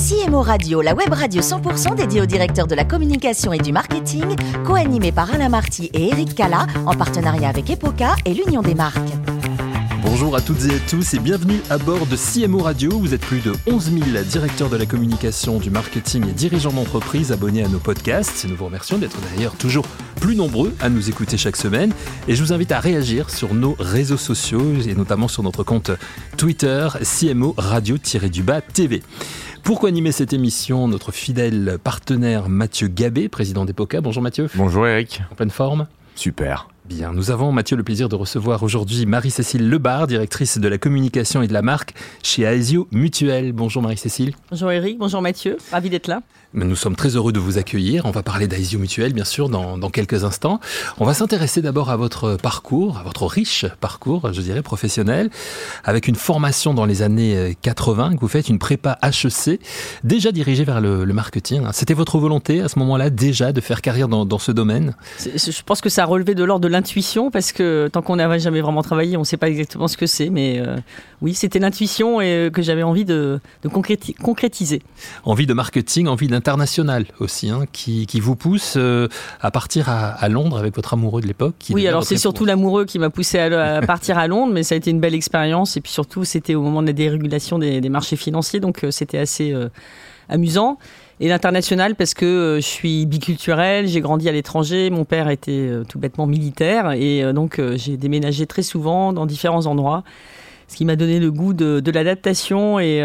CMO Radio, la web radio 100% dédiée aux directeurs de la communication et du marketing, co-animée par Alain Marty et Eric Cala, en partenariat avec Epoca et l'Union des marques. Bonjour à toutes et à tous et bienvenue à bord de CMO Radio. Vous êtes plus de 11 000 directeurs de la communication, du marketing et dirigeants d'entreprise abonnés à nos podcasts. Nous vous remercions d'être d'ailleurs toujours plus nombreux à nous écouter chaque semaine. Et je vous invite à réagir sur nos réseaux sociaux et notamment sur notre compte Twitter CMO Radio-du-bas TV. Pour co-animer cette émission, notre fidèle partenaire Mathieu Gabé, président d'Epoca. Bonjour Mathieu. Bonjour Eric. En pleine forme ? Super. Bien, nous avons, Mathieu, le plaisir de recevoir aujourd'hui Marie-Cécile Lebard, directrice de la communication et de la marque chez Aesio Mutuel. Bonjour Marie-Cécile. Bonjour Eric, bonjour Mathieu, ravi d'être là. Nous sommes très heureux de vous accueillir. On va parler d'Aesio Mutuel, bien sûr, dans quelques instants. On va s'intéresser d'abord à votre parcours, à votre riche parcours, je dirais, professionnel, avec une formation dans les années 80 que vous faites, une prépa HEC, déjà dirigée vers le marketing. C'était votre volonté à ce moment-là déjà de faire carrière dans ce domaine ? Je pense que ça a relevé de l'ordre de l'intuition, parce que tant qu'on n'avait jamais vraiment travaillé, on ne sait pas exactement ce que c'est, mais oui, c'était l'intuition et que j'avais envie de concrétiser. Envie de marketing, envie d'international aussi, qui vous pousse à partir à Londres avec votre amoureux de l'époque. Oui, alors c'est surtout l'amoureux qui m'a poussé à partir à Londres, mais ça a été une belle expérience, et puis surtout c'était au moment de la dérégulation des marchés financiers, donc c'était assez amusant. Et l'international parce que je suis biculturelle, j'ai grandi à l'étranger, mon père était tout bêtement militaire, et donc j'ai déménagé très souvent dans différents endroits, ce qui m'a donné le goût de l'adaptation et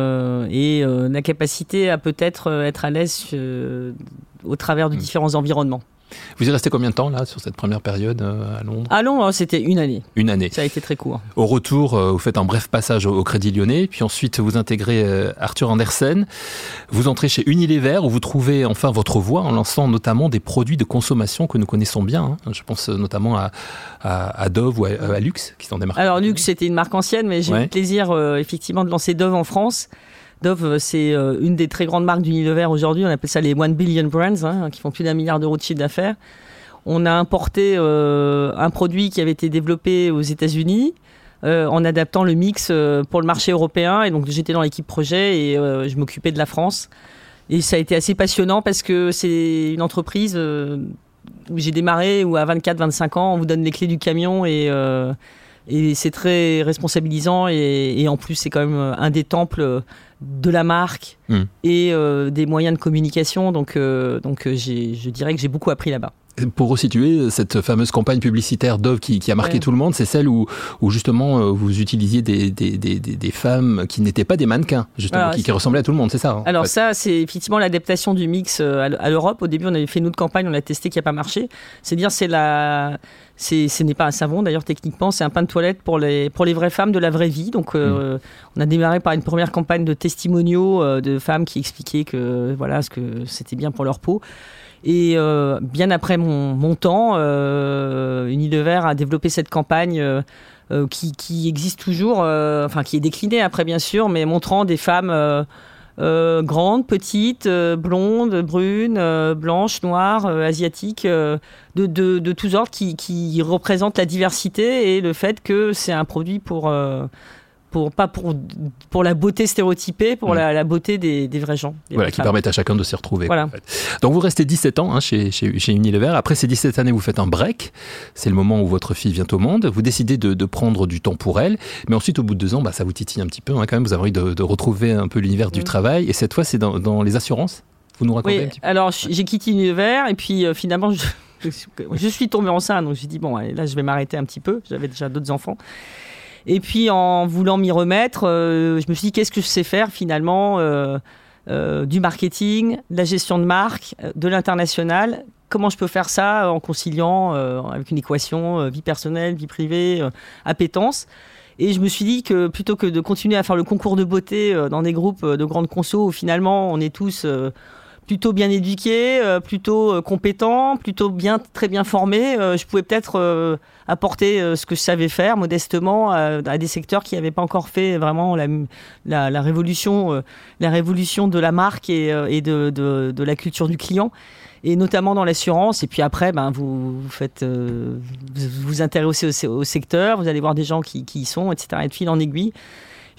la capacité à peut-être être à l'aise au travers de différents environnements. Vous y restez combien de temps là sur cette première période à Londres ? À Londres, c'était une année. Une année. Ça a été très court. Au retour, vous faites un bref passage au Crédit Lyonnais, puis ensuite vous intégrez Arthur Andersen. Vous entrez chez Unilever où vous trouvez enfin votre voie en lançant notamment des produits de consommation que nous connaissons bien. Je pense notamment à Dove ou à Lux qui sont des marques. Alors Lux, c'était une marque ancienne, mais j'ai eu le plaisir effectivement de lancer Dove en France. Dove, c'est une des très grandes marques d'Unilever aujourd'hui. On appelle ça les 1 billion brands, qui font plus d'1 milliard d'euros de chiffre d'affaires. On a importé un produit qui avait été développé aux États-Unis en adaptant le mix pour le marché européen. Et donc, j'étais dans l'équipe projet et je m'occupais de la France. Et ça a été assez passionnant parce que c'est une entreprise où j'ai démarré, où à 24-25 ans, on vous donne les clés du camion et c'est très responsabilisant. Et en plus, c'est quand même un des temples de la marque et des moyens de communication. Donc je dirais que j'ai beaucoup appris là-bas. Pour resituer, cette fameuse campagne publicitaire Dove qui a marqué tout le monde, c'est celle où justement vous utilisiez des femmes qui n'étaient pas des mannequins, justement, alors, qui ressemblaient à tout le monde, c'est ça Alors ça, c'est effectivement l'adaptation du mix à l'Europe. Au début, on avait fait une autre campagne, on a testé qui n'a pas marché. C'est-à-dire, ce n'est pas un savon, d'ailleurs, techniquement, c'est un pain de toilette pour les vraies femmes de la vraie vie. Donc, on a démarré par une première campagne de testimoniaux de femmes qui expliquaient que c'était bien pour leur peau. Et bien après mon temps, Unilever a développé cette campagne qui existe toujours, qui est déclinée après bien sûr, mais montrant des femmes grandes, petites, blondes, brunes, blanches, noires, asiatiques, de tous ordres qui représentent la diversité et le fait que c'est un produit pour la beauté stéréotypée, pour la beauté des vrais gens. Voilà, qui permettent à chacun de s'y retrouver. Voilà. En fait. Donc vous restez 17 ans chez Unilever. Après ces 17 années, vous faites un break. C'est le moment où votre fille vient au monde. Vous décidez de prendre du temps pour elle. Mais ensuite, au bout de 2 ans, ça vous titille un petit peu. Quand même, vous avez envie de retrouver un peu l'univers du travail. Et cette fois, c'est dans les assurances. Vous nous racontez un petit peu. Alors, j'ai quitté Unilever et puis finalement, je suis tombée enceinte. Donc j'ai dit, bon, allez, là, je vais m'arrêter un petit peu. J'avais déjà d'autres enfants. Et puis, en voulant m'y remettre, je me suis dit, qu'est-ce que je sais faire finalement du marketing, de la gestion de marque, de l'international. Comment je peux faire ça en conciliant avec une équation vie personnelle, vie privée, appétence. Et je me suis dit que plutôt que de continuer à faire le concours de beauté dans des groupes de grandes consos où finalement on est tous plutôt bien éduqués, plutôt compétents, plutôt très bien formés, je pouvais peut-être apporter ce que je savais faire modestement à des secteurs qui n'avaient pas encore fait vraiment la révolution de la marque et de la culture du client. Et notamment dans l'assurance. Et puis après, vous vous intéressez au secteur, vous allez voir des gens qui y sont, etc. Et de fil en aiguille,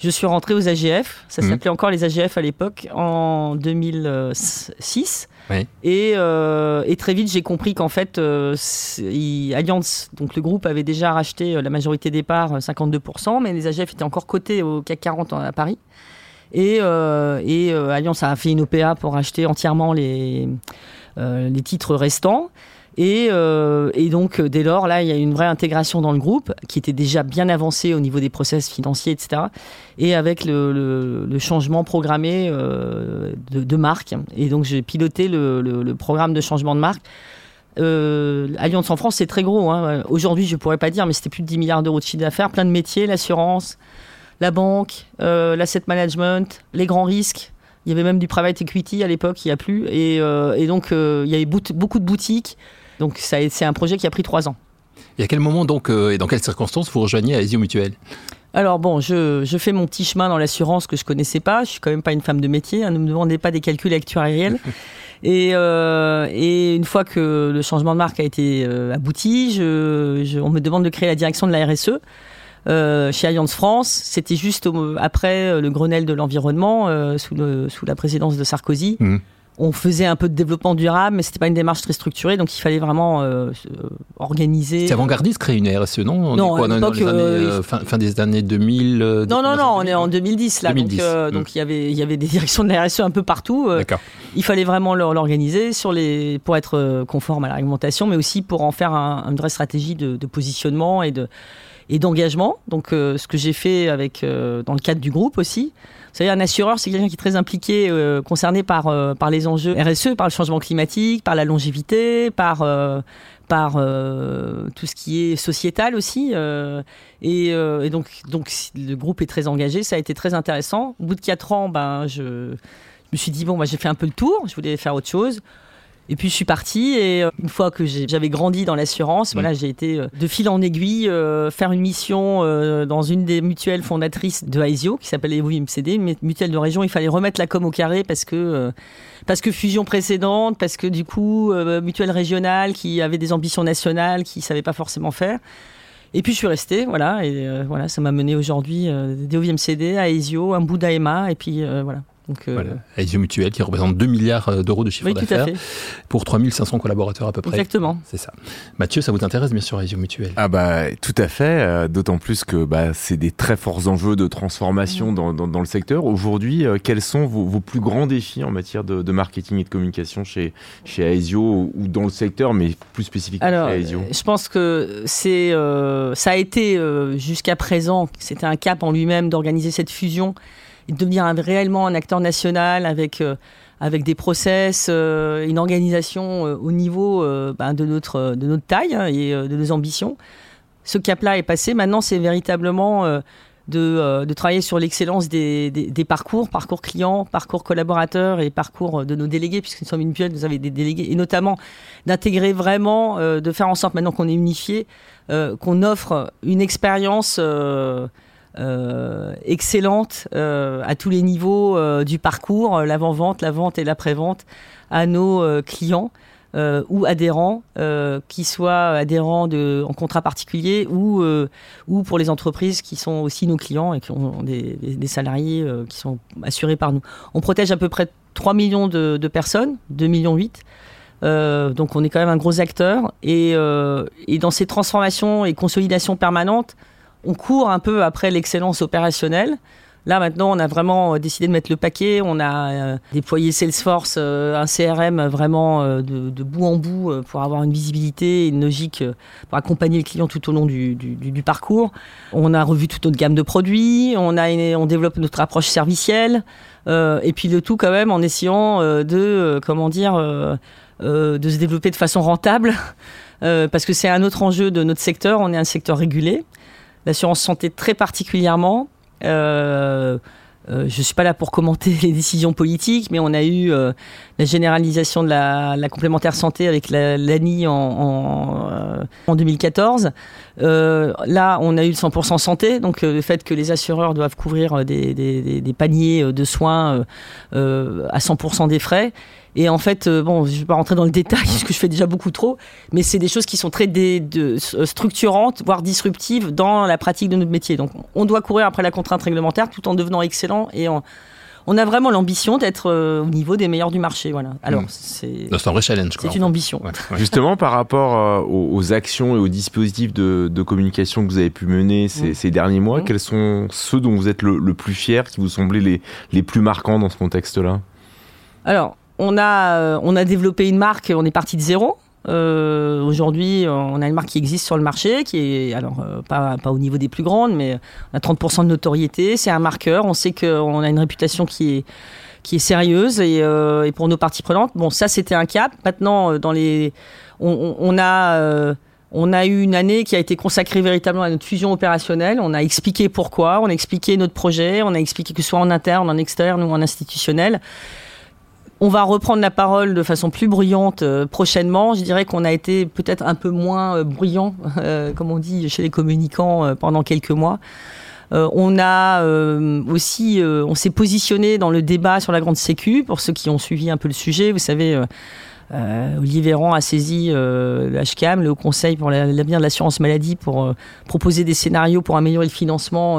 je suis rentré aux AGF. Ça s'appelait encore les AGF à l'époque, en 2006. Oui. Et très vite, j'ai compris qu'en fait, Allianz, donc le groupe, avait déjà racheté la majorité des parts, 52%, mais les AGF étaient encore cotés au CAC 40 à Paris. Et Allianz a fait une OPA pour racheter entièrement les titres restants. Et donc, dès lors, là, il y a une vraie intégration dans le groupe qui était déjà bien avancée au niveau des process financiers, etc. Et avec le changement programmé de marque. Et donc, j'ai piloté le programme de changement de marque. Allianz en France, c'est très gros. Hein. Aujourd'hui, je ne pourrais pas dire, mais c'était plus de 10 milliards d'euros de chiffre d'affaires, plein de métiers, l'assurance, la banque, l'asset management, les grands risques. Il y avait même du private equity à l'époque, il n'y a plus. Et donc, il y avait beaucoup de boutiques. Donc, c'est un projet qui a pris 3 ans. Et à quel moment, donc, et dans quelles circonstances, vous rejoignez Aesio Mutuel ? Alors bon, je fais mon petit chemin dans l'assurance que je ne connaissais pas. Je suis quand même pas une femme de métier. Hein, ne me demandez pas des calculs actuariels. Et une fois que le changement de marque a été abouti, on me demande de créer la direction de la RSE. Chez Allianz France, c'était juste après le Grenelle de l'environnement sous la présidence de Sarkozy. On faisait un peu de développement durable, mais c'était pas une démarche très structurée, donc il fallait vraiment organiser. C'est avant-gardiste créer une RSE, non ? Non, à l'époque, fin des années 2000. Non, on est en 2010 là. 2010. Donc il y avait des directions de la RSE un peu partout. D'accord. Il fallait vraiment l'organiser pour être conforme à la réglementation, mais aussi pour en faire une vraie stratégie de positionnement et d'engagement. Donc, ce que j'ai fait dans le cadre du groupe aussi. Vous savez, un assureur, c'est quelqu'un qui est très impliqué, concerné par les enjeux RSE, par le changement climatique, par la longévité, par tout ce qui est sociétal aussi. Et donc, le groupe est très engagé. Ça a été très intéressant. Au bout de 4 ans, je me suis dit, j'ai fait un peu le tour. Je voulais faire autre chose. Et puis je suis partie et une fois que j'avais grandi dans l'assurance, voilà, j'ai été de fil en aiguille faire une mission dans une des mutuelles fondatrices de Aesio qui s'appelle EvoMCD, une mutuelle de région. Il fallait remettre la com au carré parce que fusion précédente, parce que du coup mutuelle régionale qui avait des ambitions nationales qui savait pas forcément faire. Et puis je suis restée, voilà, et voilà, ça m'a mené aujourd'hui d'EvoMCD à Aesio, un bout d'AMA, et puis voilà. Donc, voilà, Aesio Mutuel qui représente 2 milliards d'euros de chiffre d'affaires pour 3500 collaborateurs à peu près. Exactement. C'est ça. Mathieu, ça vous intéresse bien sûr Aesio Mutuel ? Ah tout à fait, d'autant plus que c'est des très forts enjeux de transformation dans le secteur. Aujourd'hui, quels sont vos plus grands défis en matière de marketing et de communication chez Aesio ou dans le secteur, mais plus spécifiquement chez Aesio ? Je pense que ça a été jusqu'à présent, c'était un cap en lui-même d'organiser cette fusion et de devenir réellement un acteur national avec des process, une organisation au niveau de notre taille et de nos ambitions. Ce cap-là est passé. Maintenant, c'est véritablement de travailler sur l'excellence des parcours clients, parcours collaborateurs et parcours de nos délégués, puisque nous sommes une mutuelle, vous avez des délégués, et notamment d'intégrer vraiment, de faire en sorte, maintenant qu'on est unifié, qu'on offre une expérience excellente à tous les niveaux du parcours, l'avant-vente, la vente et l'après-vente à nos clients ou adhérents, qui soient adhérents en contrat particulier ou pour les entreprises qui sont aussi nos clients et qui ont des salariés qui sont assurés par nous. On protège à peu près 3 millions de personnes, 2,8 millions. Donc on est quand même un gros acteur et dans ces transformations et consolidations permanentes, on court un peu après l'excellence opérationnelle. Là, maintenant, on a vraiment décidé de mettre le paquet. On a déployé Salesforce, un CRM vraiment de bout en bout pour avoir une visibilité et une logique pour accompagner le client tout au long du parcours. On a revu toute notre gamme de produits. On développe notre approche servicielle. Et puis le tout quand même en essayant de se développer de façon rentable. Parce que c'est un autre enjeu de notre secteur. On est un secteur régulé. L'assurance santé très particulièrement. Je ne suis pas là pour commenter les décisions politiques, mais on a eu la généralisation de la complémentaire santé avec l'ANI en 2014. Là, on a eu le 100% santé, donc le fait que les assureurs doivent couvrir des paniers de soins à 100% des frais. Et en fait, je ne vais pas rentrer dans le détail, parce que je fais déjà beaucoup trop, mais c'est des choses qui sont très structurantes, voire disruptives dans la pratique de notre métier. Donc, on doit courir après la contrainte réglementaire tout en devenant excellent. Et on a vraiment l'ambition d'être au niveau des meilleurs du marché. Voilà. Alors, c'est un vrai challenge. C'est une ambition. Ouais. Justement, par rapport aux actions et aux dispositifs de communication que vous avez pu mener ces derniers mois, quels sont ceux dont vous êtes le plus fier, qui vous semblaient les plus marquants dans ce contexte-là ? Alors, on a développé une marque, on est parti de zéro. Aujourd'hui, on a une marque qui existe sur le marché, qui est pas au niveau des plus grandes, mais on a 30% de notoriété. C'est un marqueur. On sait qu'on a une réputation qui est sérieuse et pour nos parties prenantes. Bon, ça, c'était un cap. Maintenant, on a eu une année qui a été consacrée véritablement à notre fusion opérationnelle. On a expliqué pourquoi, on a expliqué notre projet, on a expliqué que ce soit en interne, en externe ou en institutionnel. On va reprendre la parole de façon plus bruyante prochainement. Je dirais qu'on a été peut-être un peu moins bruyant, comme on dit chez les communicants, pendant quelques mois. On s'est positionné dans le débat sur la grande sécu, pour ceux qui ont suivi un peu le sujet. Vous savez, Olivier Véran a saisi le HCAM, le Haut Conseil pour l'avenir de l'assurance maladie, pour proposer des scénarios pour améliorer le financement,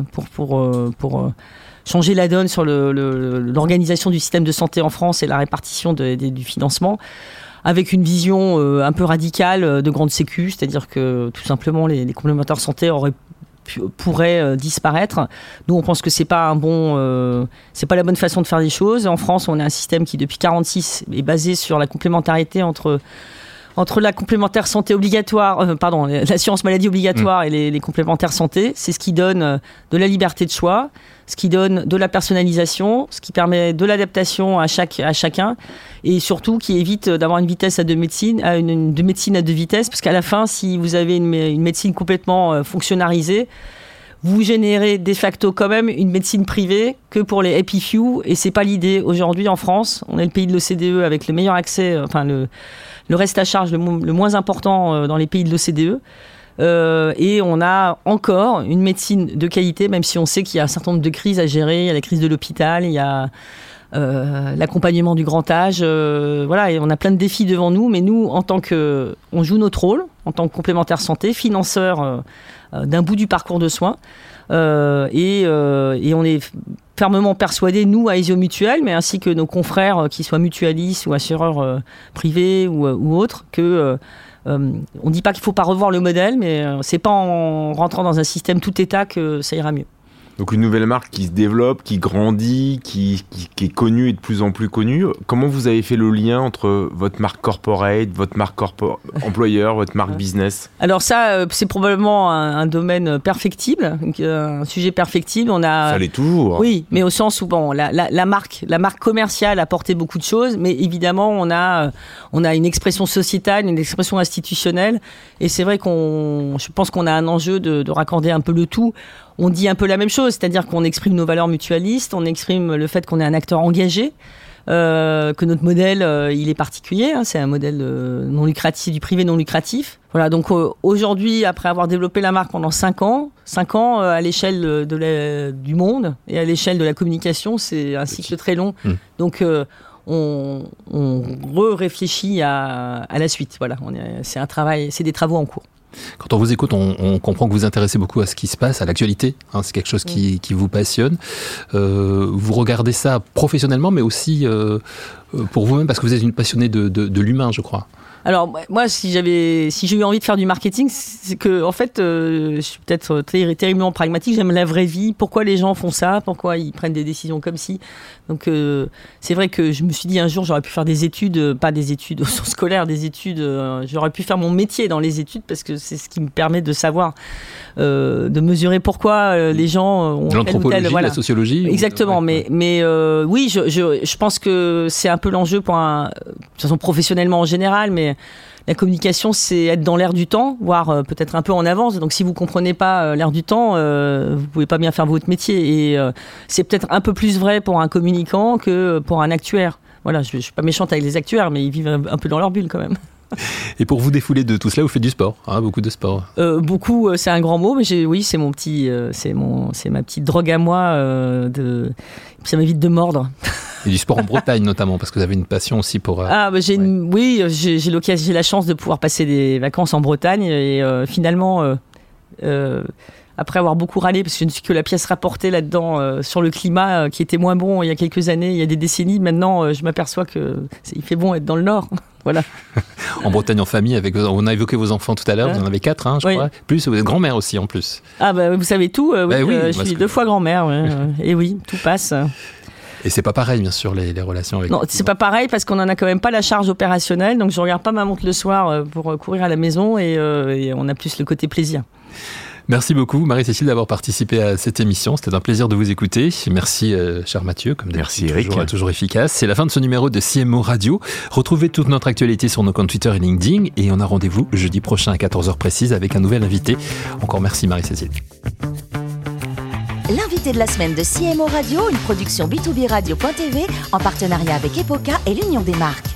pour changer la donne sur l'organisation du système de santé en France et la répartition du financement, avec une vision un peu radicale de grande sécu, c'est-à-dire que tout simplement les complémentaires santé pourraient disparaître. Nous, on pense que c'est pas la bonne façon de faire les choses. En France, on a un système qui, depuis 1946, est basé sur la complémentarité entre la complémentaire santé obligatoire, l'assurance maladie obligatoire et les complémentaires santé. C'est ce qui donne de la liberté de choix, ce qui donne de la personnalisation, ce qui permet de l'adaptation à chacun, et surtout qui évite d'avoir une médecine à deux vitesses, parce qu'à la fin, si vous avez une médecine complètement fonctionnalisée, vous générez de facto quand même une médecine privée que pour les happy few, et c'est pas l'idée. Aujourd'hui, en France, on est le pays de l'OCDE avec le meilleur accès, le reste à charge le moins important dans les pays de l'OCDE. Et on a encore une médecine de qualité, même si on sait qu'il y a un certain nombre de crises à gérer. Il y a la crise de l'hôpital, il y a l'accompagnement du grand âge. Et on a plein de défis devant nous. Mais nous, on joue notre rôle en tant que complémentaire santé, financeur d'un bout du parcours de soins. Et on est fermement persuadés, nous, à Aesio Mutuelle, mais ainsi que nos confrères, qu'ils soient mutualistes ou assureurs privés ou autres, que on ne dit pas qu'il ne faut pas revoir le modèle, mais ce n'est pas en rentrant dans un système tout État que ça ira mieux. Donc une nouvelle marque qui se développe, qui grandit, qui est connue et de plus en plus connue. Comment vous avez fait le lien entre votre marque corporate, votre marque employeur, votre marque business ? Alors ça, c'est probablement un domaine perfectible, un sujet perfectible. Ça l'est toujours. Oui, mais au sens où la marque commerciale a porté beaucoup de choses, mais évidemment on a une expression sociétale, une expression institutionnelle, et c'est vrai je pense qu'on a un enjeu de raccorder un peu le tout. On dit un peu la même chose, c'est-à-dire qu'on exprime nos valeurs mutualistes, on exprime le fait qu'on est un acteur engagé, que notre modèle, il est particulier, c'est un modèle non lucratif, du privé non lucratif. Voilà, donc aujourd'hui, après avoir développé la marque pendant 5 ans à l'échelle du monde et à l'échelle de la communication, c'est un cycle très long. Donc on réfléchit à la suite. Voilà, c'est des travaux en cours. Quand on vous écoute, on comprend que vous vous intéressez beaucoup à ce qui se passe, à l'actualité. C'est quelque chose qui vous passionne. Vous regardez ça professionnellement, mais aussi pour vous-même, parce que vous êtes une passionnée de l'humain, je crois. Alors moi, si j'ai eu envie de faire du marketing, c'est que en fait, je suis peut-être terriblement pragmatique. J'aime la vraie vie. Pourquoi les gens font ça ? Pourquoi ils prennent des décisions comme ci ? Donc c'est vrai que je me suis dit un jour, j'aurais pu faire des études, pas des études au sens scolaire, des études. J'aurais pu faire mon métier dans les études parce que c'est ce qui me permet de savoir, de mesurer pourquoi les gens ont l'anthropologie, la sociologie. Exactement. Mais oui, je pense que c'est un peu l'enjeu de toute façon professionnellement en général, mais la communication, c'est être dans l'air du temps, voire peut-être un peu en avance. Donc, si vous ne comprenez pas l'air du temps, vous ne pouvez pas bien faire votre métier. Et c'est peut-être un peu plus vrai pour un communicant que pour un actuaire. Voilà, je ne suis pas méchante avec les actuaires, mais ils vivent un peu dans leur bulle quand même. Et pour vous défouler de tout cela, vous faites du sport, beaucoup de sport. Beaucoup, c'est un grand mot, mais c'est mon petit, c'est ma petite drogue à moi. Ça m'évite de mordre. Et du sport en Bretagne notamment, parce que vous avez une passion aussi pour... j'ai la chance de pouvoir passer des vacances en Bretagne et finalement, après avoir beaucoup râlé, parce que je ne suis que la pièce rapportée là-dedans sur le climat qui était moins bon il y a quelques années, il y a des décennies, maintenant je m'aperçois qu'il fait bon être dans le Nord. Voilà. En Bretagne, en famille, on a évoqué vos enfants tout à l'heure, vous en avez 4, je crois. Plus, vous êtes grand-mère aussi en plus. Vous savez tout, je suis 2 fois grand-mère, et oui, tout passe. Et c'est pas pareil, bien sûr, les relations avec... Non, c'est pas pareil parce qu'on en a quand même pas la charge opérationnelle, donc je regarde pas ma montre le soir pour courir à la maison et on a plus le côté plaisir. Merci beaucoup, Marie-Cécile, d'avoir participé à cette émission. C'était un plaisir de vous écouter. Merci, cher Mathieu, comme d'habitude. Merci, Eric. Toujours efficace. C'est la fin de ce numéro de CMO Radio. Retrouvez toute notre actualité sur nos comptes Twitter et LinkedIn. Et on a rendez-vous jeudi prochain à 14h précise avec un nouvel invité. Encore merci, Marie-Cécile. L'invité de la semaine de CMO Radio, une production B2B Radio.tv en partenariat avec Epoca et l'Union des marques.